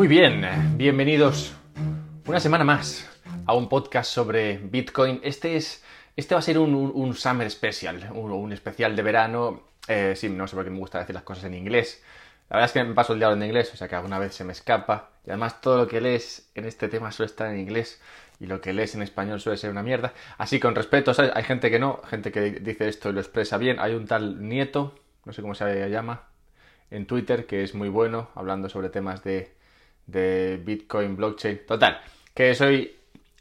bien, bienvenidos una semana más a un podcast sobre Bitcoin. Este va a ser un Summer Special, un especial de verano. Sí, no sé por qué me gusta decir las cosas en inglés. La verdad es que me paso el día hablando en inglés, o sea que alguna vez se me escapa. Y además todo lo que lees en este tema suele estar en inglés y lo que lees en español suele ser una mierda. Así con respeto, ¿sabes? Hay gente que no, gente que dice esto y lo expresa bien. Hay un tal Nieto, no sé cómo se llama, en Twitter, que es muy bueno hablando sobre temas de Bitcoin, blockchain. Total, que soy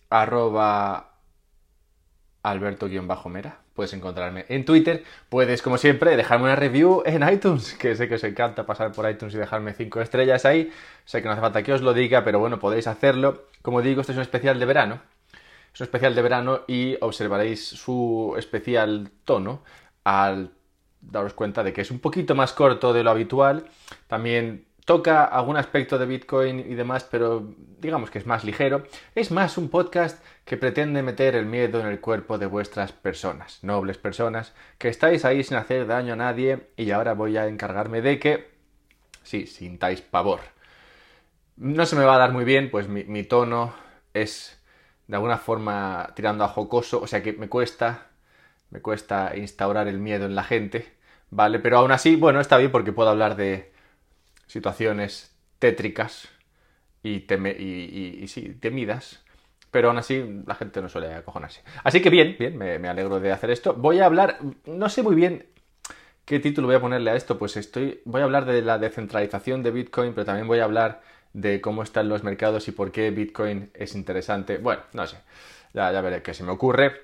@Alberto_Mera. Puedes encontrarme en Twitter. Puedes, como siempre, dejarme una review en iTunes, que sé que os encanta pasar por iTunes y dejarme 5 estrellas ahí. Sé que no hace falta que os lo diga, pero bueno, podéis hacerlo. Como digo, este es un especial de verano. Es un especial de verano y observaréis su especial tono al daros cuenta de que es un poquito más corto de lo habitual. También toca algún aspecto de Bitcoin y demás, pero digamos que es más ligero. Es más un podcast que pretende meter el miedo en el cuerpo de vuestras personas, nobles personas, que estáis ahí sin hacer daño a nadie, y ahora voy a encargarme de que, sí, sintáis pavor. No se me va a dar muy bien, pues mi tono es de alguna forma tirando a jocoso, o sea que me cuesta instaurar el miedo en la gente, ¿vale? Pero aún así, bueno, está bien porque puedo hablar de situaciones tétricas y sí, temidas, pero aún así la gente no suele acojonarse. Así que bien, me alegro de hacer esto. Voy a hablar, no sé muy bien qué título voy a ponerle a esto, pues voy a hablar de la descentralización de Bitcoin, pero también voy a hablar de cómo están los mercados y por qué Bitcoin es interesante. Bueno, no sé, ya veré qué se me ocurre.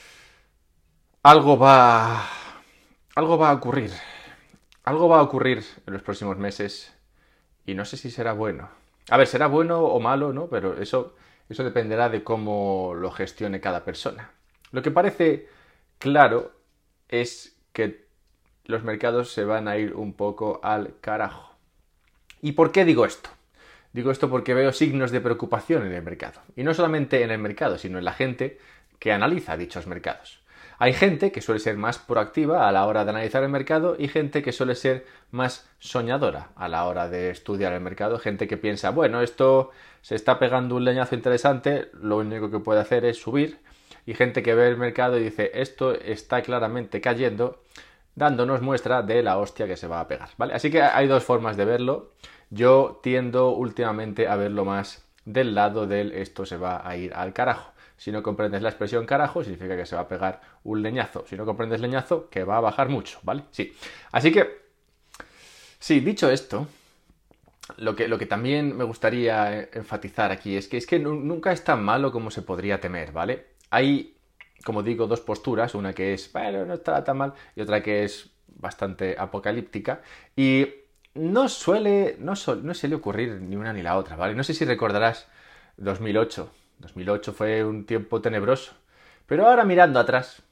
Algo va a ocurrir. Algo va a ocurrir en los próximos meses y no sé si será bueno. A ver, será bueno o malo, ¿no? Pero eso dependerá de cómo lo gestione cada persona. Lo que parece claro es que los mercados se van a ir un poco al carajo. ¿Y por qué digo esto? Digo esto porque veo signos de preocupación en el mercado. Y no solamente en el mercado, sino en la gente que analiza dichos mercados. Hay gente que suele ser más proactiva a la hora de analizar el mercado y gente que suele ser más soñadora a la hora de estudiar el mercado. Gente que piensa, bueno, esto se está pegando un leñazo interesante, lo único que puede hacer es subir. Y gente que ve el mercado y dice, esto está claramente cayendo, dándonos muestra de la hostia que se va a pegar, ¿vale? Así que hay dos formas de verlo. Yo tiendo últimamente a verlo más del lado del esto se va a ir al carajo. Si no comprendes la expresión carajo, significa que se va a pegar un leñazo. Si no comprendes leñazo, que va a bajar mucho, ¿vale? Sí. Así que, sí, dicho esto, lo que también me gustaría enfatizar aquí es que nunca es tan malo como se podría temer, ¿vale? Hay, como digo, dos posturas, una que es, bueno, no está tan mal, y otra que es bastante apocalíptica, y no suele ocurrir ni una ni la otra, ¿vale? No sé si recordarás 2008. 2008 fue un tiempo tenebroso, pero ahora mirando atrás,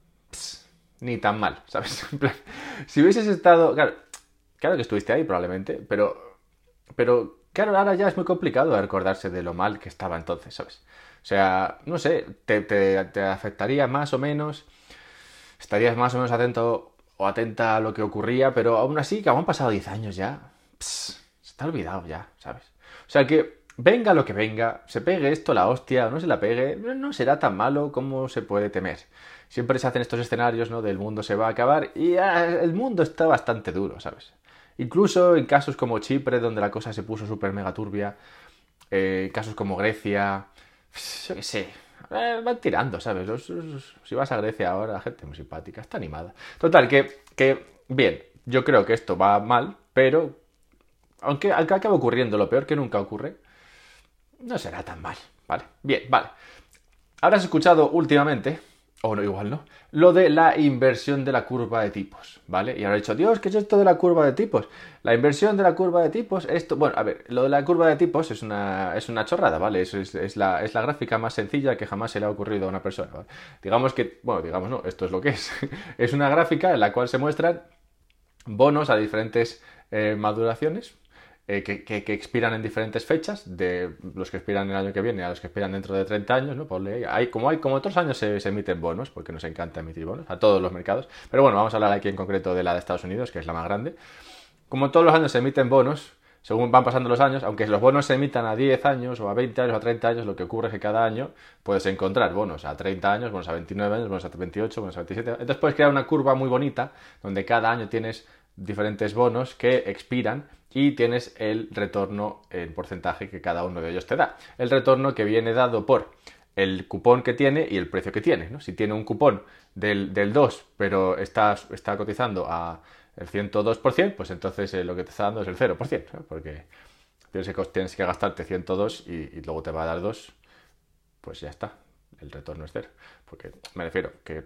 ni tan mal, ¿sabes? En plan, si hubieses estado, claro que estuviste ahí probablemente, pero claro, ahora ya es muy complicado recordarse de lo mal que estaba entonces, ¿sabes? O sea, no sé, te afectaría más o menos, estarías más o menos atento o atenta a lo que ocurría, pero aún así, que han pasado 10 años ya, se está olvidado ya, ¿sabes? O sea que, venga lo que venga, se pegue esto la hostia o no se la pegue, no será tan malo como se puede temer. Siempre se hacen estos escenarios, ¿no? Del mundo se va a acabar y el mundo está bastante duro, ¿sabes? Incluso en casos como Chipre, donde la cosa se puso súper mega turbia, casos como Grecia, yo qué sé, van tirando, ¿sabes? Si vas a Grecia ahora, la gente muy simpática, está animada. Total, que bien, yo creo que esto va mal, pero aunque acabe ocurriendo lo peor que nunca ocurre, no será tan mal, ¿vale? Bien, vale. Habrás escuchado últimamente, o no, igual no, lo de la inversión de la curva de tipos, ¿vale? Y habrás dicho, Dios, ¿qué es esto de la curva de tipos? La inversión de la curva de tipos, esto... Bueno, a ver, lo de la curva de tipos es una chorrada, ¿vale? Es la gráfica más sencilla que jamás se le ha ocurrido a una persona, ¿vale? Digamos no, esto es lo que es. Es una gráfica en la cual se muestran bonos a diferentes maduraciones, que expiran en diferentes fechas, de los que expiran el año que viene a los que expiran dentro de 30 años, ¿no? Como otros años se emiten bonos, porque nos encanta emitir bonos, a todos los mercados. Pero bueno, vamos a hablar aquí en concreto de la de Estados Unidos, que es la más grande. Como todos los años se emiten bonos, según van pasando los años, aunque los bonos se emitan a 10 años o a 20 años o a 30 años, lo que ocurre es que cada año puedes encontrar bonos a 30 años, bonos a 29 años, bonos a 28, bonos a 27. Entonces puedes crear una curva muy bonita donde cada año tienes diferentes bonos que expiran y tienes el retorno en porcentaje que cada uno de ellos te da. El retorno que viene dado por el cupón que tiene y el precio que tiene, ¿no? Si tiene un cupón del 2, pero está cotizando a el 102%, pues entonces lo que te está dando es el 0%, ¿no? Porque tienes que gastarte 102 y luego te va a dar 2, pues ya está, el retorno es 0. Porque me refiero que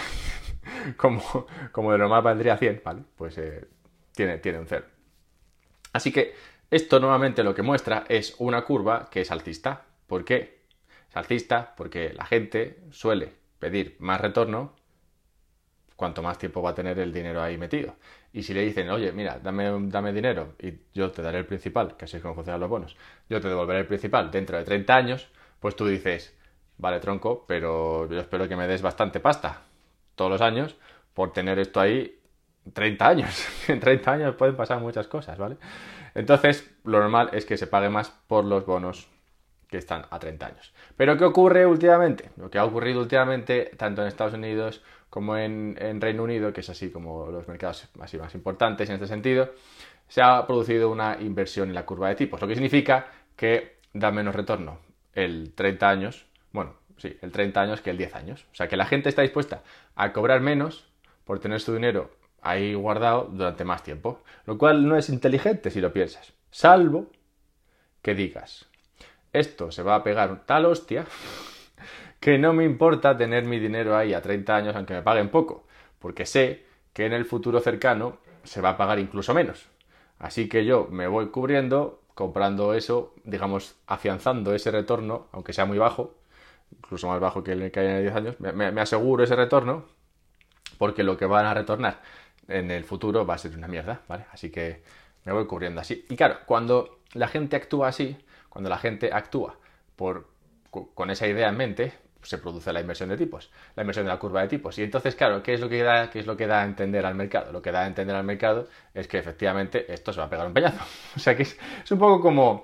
como de normal valdría 100, ¿vale? Pues tiene un 0. Así que esto normalmente lo que muestra es una curva que es alcista. ¿Por qué? Es alcista porque la gente suele pedir más retorno cuanto más tiempo va a tener el dinero ahí metido. Y si le dicen, oye, mira, dame dinero y yo te daré el principal, que así es como funcionan los bonos, yo te devolveré el principal dentro de 30 años, pues tú dices, vale, tronco, pero yo espero que me des bastante pasta todos los años por tener esto ahí 30 años. En 30 años pueden pasar muchas cosas, ¿vale? Entonces, lo normal es que se pague más por los bonos que están a 30 años. ¿Pero qué ocurre últimamente? Lo que ha ocurrido últimamente, tanto en Estados Unidos como en Reino Unido, que es así como los mercados así más importantes en este sentido, se ha producido una inversión en la curva de tipos, lo que significa que da menos retorno el 30 años, bueno, sí, el 30 años que el 10 años. O sea, que la gente está dispuesta a cobrar menos por tener su dinero ahí guardado durante más tiempo, lo cual no es inteligente si lo piensas, salvo que digas, esto se va a pegar tal hostia que no me importa tener mi dinero ahí a 30 años aunque me paguen poco, porque sé que en el futuro cercano se va a pagar incluso menos. Así que yo me voy cubriendo, comprando eso, digamos, afianzando ese retorno, aunque sea muy bajo, incluso más bajo que el que hay en 10 años, me aseguro ese retorno, porque lo que van a retornar en el futuro va a ser una mierda, ¿vale? Así que me voy cubriendo así. Y claro, cuando la gente actúa así, cuando la gente actúa con esa idea en mente, se produce la inversión de tipos, la inversión de la curva de tipos. Y entonces, claro, ¿qué es lo que da a entender al mercado? Lo que da a entender al mercado es que efectivamente esto se va a pegar un peñazo. O sea que es un poco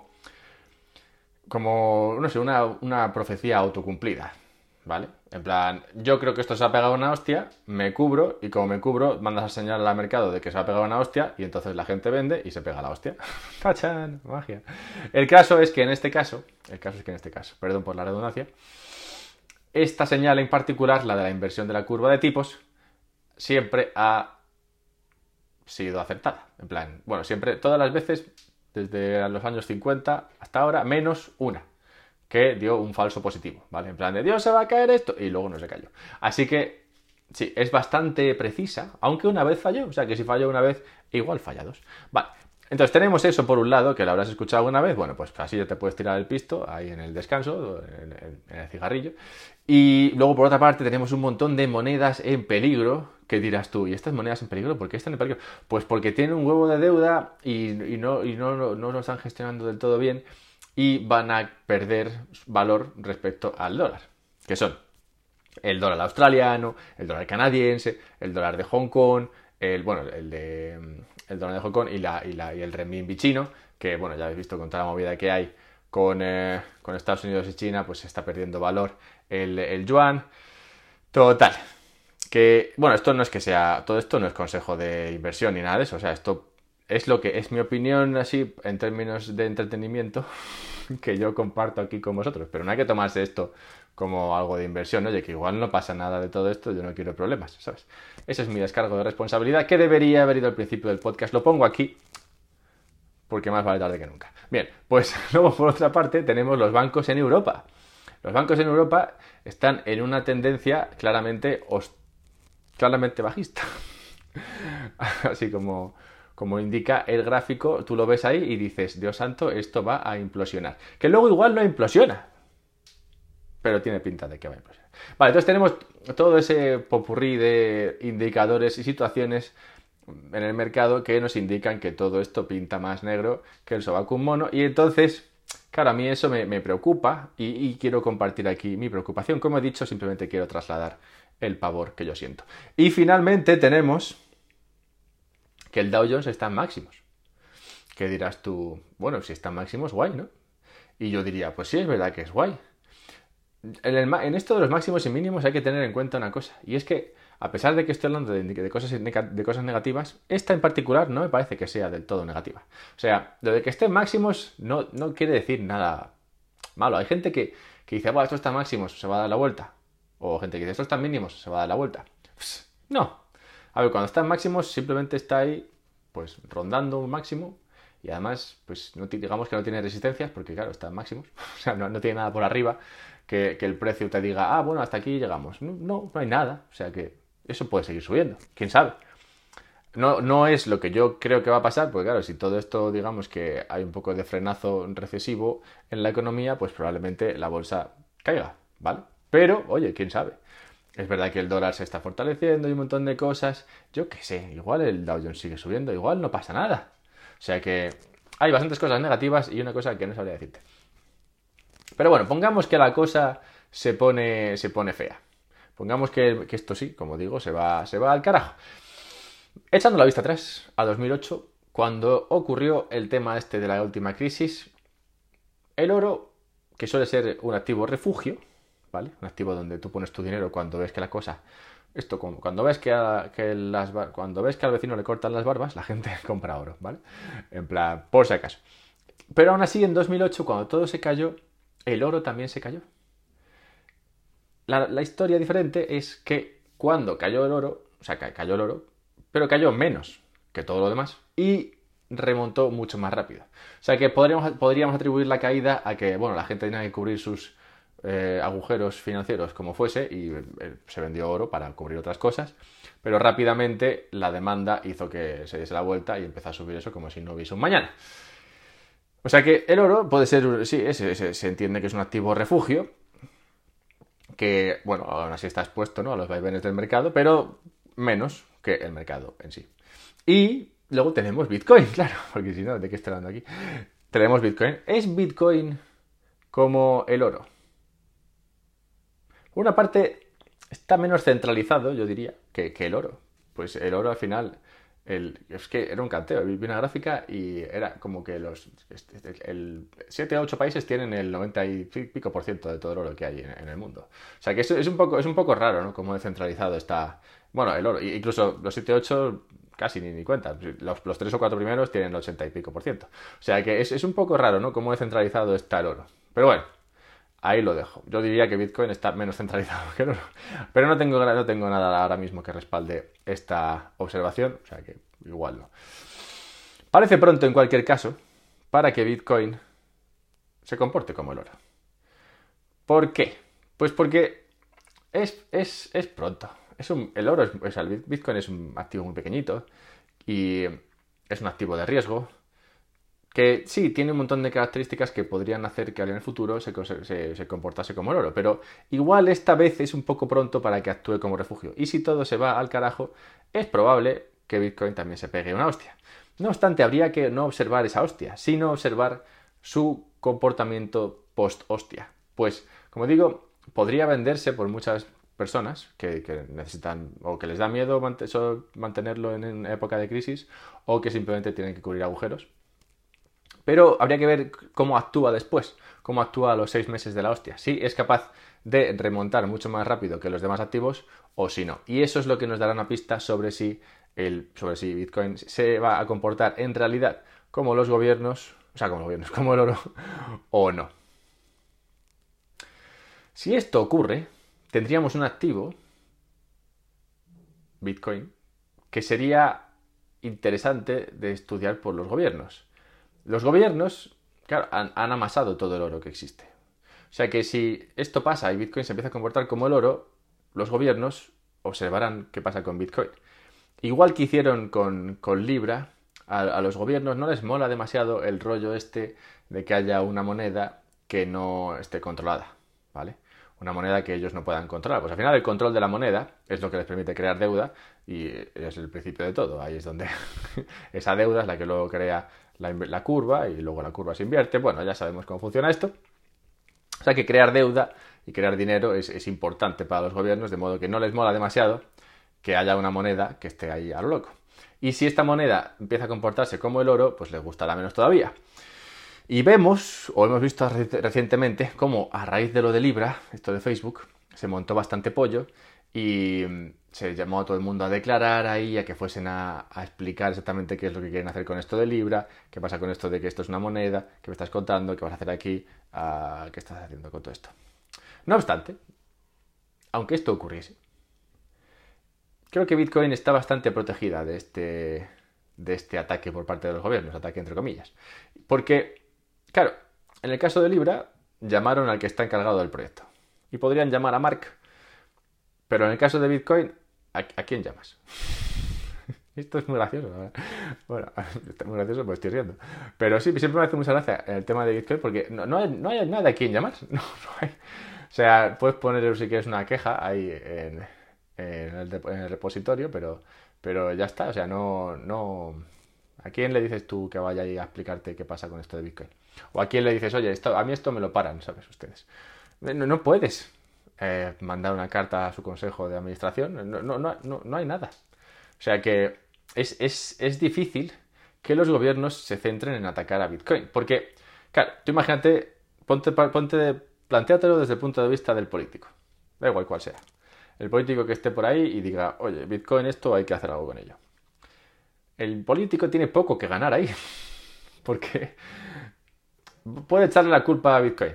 como no sé, una profecía autocumplida, ¿vale? En plan, yo creo que esto se ha pegado una hostia, me cubro, y como me cubro, mandas a señalar al mercado de que se ha pegado una hostia, y entonces la gente vende y se pega la hostia. ¡Tachan! Magia. El caso es que en este caso, perdón por la redundancia, esta señal en particular, la de la inversión de la curva de tipos, siempre ha sido acertada. En plan, bueno, siempre, todas las veces, desde los años 50 hasta ahora, menos una, que dio un falso positivo, ¿vale? En plan de Dios, se va a caer esto, y luego no se cayó. Así que, sí, es bastante precisa, aunque una vez falló, o sea que si falló una vez, igual falla dos. Vale, entonces tenemos eso por un lado, que lo habrás escuchado alguna vez, bueno, pues así ya te puedes tirar el pisto, ahí en el descanso, en el cigarrillo. Y luego por otra parte tenemos un montón de monedas en peligro, que dirás tú, ¿y estas monedas en peligro? ¿Por qué están en peligro? Pues porque tienen un huevo de deuda y no lo están gestionando del todo bien, y van a perder valor respecto al dólar, que son el dólar australiano, el dólar canadiense, el dólar de Hong Kong, el dólar de Hong Kong y el renminbi chino, que bueno, ya habéis visto con toda la movida que hay con Estados Unidos y China, pues se está perdiendo valor el yuan. Total, que bueno, todo esto no es consejo de inversión ni nada de eso, o sea, esto es lo que es mi opinión así en términos de entretenimiento que yo comparto aquí con vosotros, pero no hay que tomarse esto como algo de inversión, oye, que igual no pasa nada de todo esto, yo no quiero problemas, ¿sabes? Ese es mi descargo de responsabilidad, que debería haber ido al principio del podcast, lo pongo aquí, porque más vale tarde que nunca. Bien, pues luego por otra parte tenemos los bancos en Europa. Los bancos en Europa están en una tendencia claramente bajista, así como indica el gráfico, tú lo ves ahí y dices, Dios santo, esto va a implosionar. Que luego igual no implosiona, pero tiene pinta de que va a implosionar. Vale, entonces tenemos todo ese popurrí de indicadores y situaciones en el mercado que nos indican que todo esto pinta más negro que el sobaco un mono. Y entonces, claro, a mí eso me preocupa y quiero compartir aquí mi preocupación. Como he dicho, simplemente quiero trasladar el pavor que yo siento. Y finalmente tenemos que el Dow Jones está en máximos. ¿Qué dirás tú? Bueno, si están máximos, guay, ¿no? Y yo diría, pues sí, es verdad que es guay. En esto de los máximos y mínimos hay que tener en cuenta una cosa, y es que, a pesar de que estoy hablando de cosas negativas, esta en particular no me parece que sea del todo negativa. O sea, lo de que estén máximos no quiere decir nada malo. Hay gente que dice, bueno, esto está máximos, se va a dar la vuelta. O gente que dice, esto está mínimos, se va a dar la vuelta. No. A ver, cuando está en máximos, simplemente está ahí, pues, rondando un máximo. Y además, pues, digamos que no tiene resistencias, porque claro, está en máximos. O sea, no tiene nada por arriba que el precio te diga, ah, bueno, hasta aquí llegamos. No hay nada. O sea que eso puede seguir subiendo. ¿Quién sabe? No es lo que yo creo que va a pasar, porque claro, si todo esto, digamos que hay un poco de frenazo recesivo en la economía, pues probablemente la bolsa caiga, ¿vale? Pero, oye, quién sabe. Es verdad que el dólar se está fortaleciendo y un montón de cosas. Yo qué sé, igual el Dow Jones sigue subiendo, igual no pasa nada. O sea que hay bastantes cosas negativas y una cosa que no sabría decirte. Pero bueno, pongamos que la cosa se pone fea. Pongamos que esto sí, como digo, se va al carajo. Echando la vista atrás, a 2008, cuando ocurrió el tema este de la última crisis, el oro, que suele ser un activo refugio, ¿vale? Un activo donde tú pones tu dinero cuando ves que la cosa... cuando ves cuando ves que al vecino le cortan las barbas, la gente compra oro, ¿vale? En plan, por si acaso. Pero aún así, en 2008, cuando todo se cayó, el oro también se cayó. La historia diferente es que cuando cayó el oro, o sea, cayó el oro, pero cayó menos que todo lo demás y remontó mucho más rápido. O sea que podríamos atribuir la caída a que, bueno, la gente tenía que cubrir sus agujeros financieros como fuese y se vendió oro para cubrir otras cosas, pero rápidamente la demanda hizo que se diese la vuelta y empezó a subir eso como si no hubiese un mañana. O sea que el oro puede ser, sí, se entiende que es un activo refugio, que, bueno, aún así está expuesto, ¿no?, a los vaivenes del mercado, pero menos que el mercado en sí. Y luego tenemos Bitcoin, claro, porque si no, ¿de qué estoy hablando aquí? Tenemos Bitcoin. ¿Es Bitcoin como el oro? Por una parte, está menos centralizado, yo diría, que el oro. Pues el oro al final... es que era un canteo, vi una gráfica y era como que los 7 o 8 países tienen el 90 y pico por ciento de todo el oro que hay en el mundo. O sea que es un poco raro, ¿no?, cómo descentralizado está, bueno, el oro. Incluso los 7 o 8 casi ni cuenta. Los 3 o 4 primeros tienen el 80 y pico por ciento. O sea que es un poco raro, ¿no?, cómo descentralizado está el oro. Pero bueno, ahí lo dejo. Yo diría que Bitcoin está menos centralizado que el oro. Pero no tengo nada ahora mismo que respalde esta observación. O sea que igual no. Parece pronto, en cualquier caso, para que Bitcoin se comporte como el oro. ¿Por qué? Pues porque es pronto. El Bitcoin es un activo muy pequeñito y es un activo de riesgo que sí, tiene un montón de características que podrían hacer que en el futuro se comportase como el oro, pero igual esta vez es un poco pronto para que actúe como refugio. Y si todo se va al carajo, es probable que Bitcoin también se pegue una hostia. No obstante, habría que no observar esa hostia, sino observar su comportamiento post-hostia. Pues, como digo, podría venderse por muchas personas que necesitan o que les da miedo mantenerlo en época de crisis o que simplemente tienen que cubrir agujeros. Pero habría que ver cómo actúa después, cómo actúa a los 6 meses de la hostia. Si es capaz de remontar mucho más rápido que los demás activos o si no. Y eso es lo que nos dará una pista sobre si Bitcoin se va a comportar en realidad como los gobiernos, como el oro o no. Si esto ocurre, tendríamos un activo, Bitcoin, que sería interesante de estudiar por los gobiernos. Los gobiernos, claro, han amasado todo el oro que existe. O sea que si esto pasa y Bitcoin se empieza a comportar como el oro, los gobiernos observarán qué pasa con Bitcoin. Igual que hicieron con Libra, a los gobiernos no les mola demasiado el rollo este de que haya una moneda que no esté controlada, ¿vale? Una moneda que ellos no puedan controlar. Pues al final el control de la moneda es lo que les permite crear deuda y es el principio de todo. Ahí es donde esa deuda es la que luego crea la curva y luego la curva se invierte. Bueno, ya sabemos cómo funciona esto. O sea que crear deuda y crear dinero es importante para los gobiernos, de modo que no les mola demasiado que haya una moneda que esté ahí a lo loco. Y si esta moneda empieza a comportarse como el oro, pues les gustará menos todavía. Y vemos, o hemos visto recientemente, cómo a raíz de lo de Libra, esto de Facebook, se montó bastante pollo y se llamó a todo el mundo a declarar ahí, a que fuesen a explicar exactamente qué es lo que quieren hacer con esto de Libra, qué pasa con esto de que esto es una moneda, qué me estás contando, qué vas a hacer aquí, qué estás haciendo con todo esto. No obstante, aunque esto ocurriese, creo que Bitcoin está bastante protegida de este ataque por parte de los gobiernos, ataque entre comillas. Porque, claro, en el caso de Libra, llamaron al que está encargado del proyecto. Y podrían llamar a Mark. Pero en el caso de Bitcoin, ¿a quién llamas? Esto es muy gracioso, ¿verdad? Bueno, es muy gracioso porque estoy riendo. Pero sí, siempre me hace mucha gracia el tema de Bitcoin porque no hay nada a quien llamar. No hay. O sea, puedes poner si quieres una queja ahí en el repositorio, pero ya está. O sea, no. ¿A quién le dices tú que vaya ahí a explicarte qué pasa con esto de Bitcoin? O a quién le dices, oye, a mí esto me lo paran, ¿sabes? Ustedes. No puedes mandar una carta a su consejo de administración. No hay nada. O sea que es difícil que los gobiernos se centren en atacar a Bitcoin. Porque, claro, tú imagínate, plantéatelo desde el punto de vista del político. Da igual cuál sea. El político que esté por ahí y diga, oye, Bitcoin esto hay que hacer algo con ello. El político tiene poco que ganar ahí. Porque puede echarle la culpa a Bitcoin,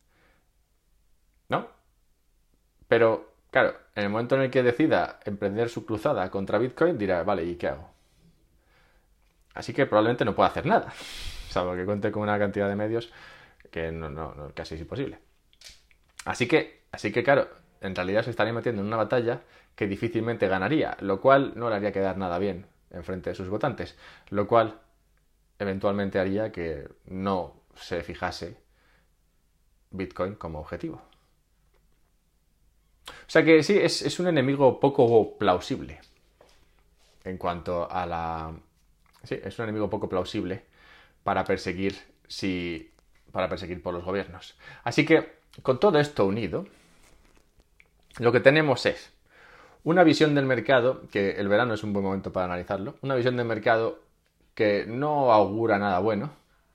¿no? Pero, claro, en el momento en el que decida emprender su cruzada contra Bitcoin, dirá, vale, ¿y qué hago? Así que probablemente no pueda hacer nada. Salvo que cuente con una cantidad de medios que casi es imposible. Así que, claro, en realidad se estaría metiendo en una batalla que difícilmente ganaría, lo cual no le haría quedar nada bien en frente de sus votantes, lo cual eventualmente haría que no se fijase Bitcoin como objetivo. O sea que sí, es un enemigo poco plausible en cuanto a la... Sí, es un enemigo poco plausible para perseguir por los gobiernos. Así que, con todo esto unido, lo que tenemos es una visión del mercado, que el verano es un buen momento para analizarlo, una visión del mercado que no augura nada bueno,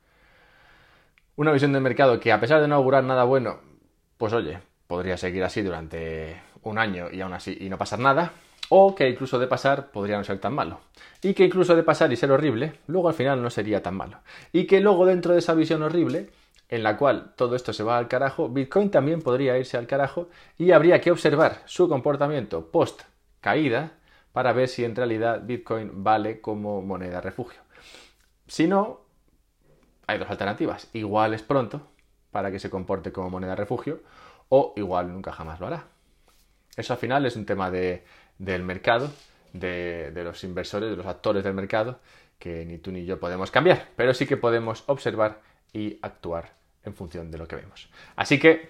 una visión del mercado que a pesar de no augurar nada bueno, pues oye, podría seguir así durante un año y aún así y no pasar nada, o que incluso de pasar podría no ser tan malo, y que incluso de pasar y ser horrible, luego al final no sería tan malo, y que luego dentro de esa visión horrible, en la cual todo esto se va al carajo, Bitcoin también podría irse al carajo y habría que observar su comportamiento post caída para ver si en realidad Bitcoin vale como moneda refugio. Si no, hay dos alternativas. Igual es pronto para que se comporte como moneda refugio o igual nunca jamás lo hará. Eso al final es un tema del mercado, de los inversores, de los actores del mercado, que ni tú ni yo podemos cambiar, pero sí que podemos observar y actuar en función de lo que vemos. Así que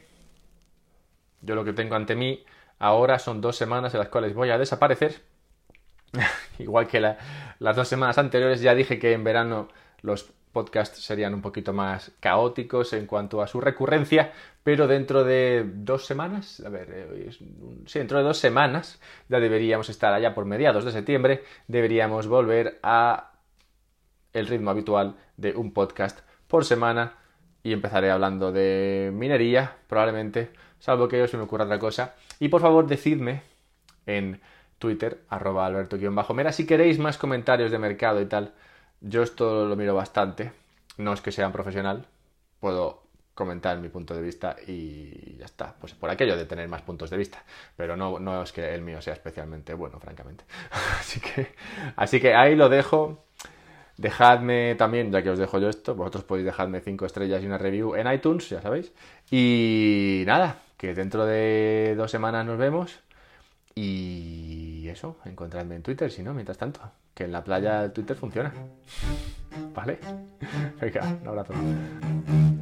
yo lo que tengo ante mí ahora son 2 semanas en las cuales voy a desaparecer. Igual que las 2 semanas anteriores ya dije que en verano los podcasts serían un poquito más caóticos en cuanto a su recurrencia, pero dentro de 2 semanas, dentro de 2 semanas ya deberíamos estar allá por mediados de septiembre, deberíamos volver a el ritmo habitual de un podcast por semana y empezaré hablando de minería, probablemente, salvo que se me ocurra otra cosa. Y por favor, decidme en Twitter, @alberto_mera, si queréis más comentarios de mercado y tal. Yo esto lo miro bastante, no es que sea un profesional, puedo comentar mi punto de vista y ya está, pues por aquello de tener más puntos de vista, pero no es que el mío sea especialmente bueno, francamente. Así que ahí lo dejo. Dejadme también, ya que os dejo yo esto, vosotros podéis dejarme 5 estrellas y una review en iTunes, ya sabéis. Y nada, que dentro de 2 semanas nos vemos. Y eso, encontradme en Twitter, si no, mientras tanto, que en la playa el Twitter funciona. ¿Vale? Venga, un abrazo.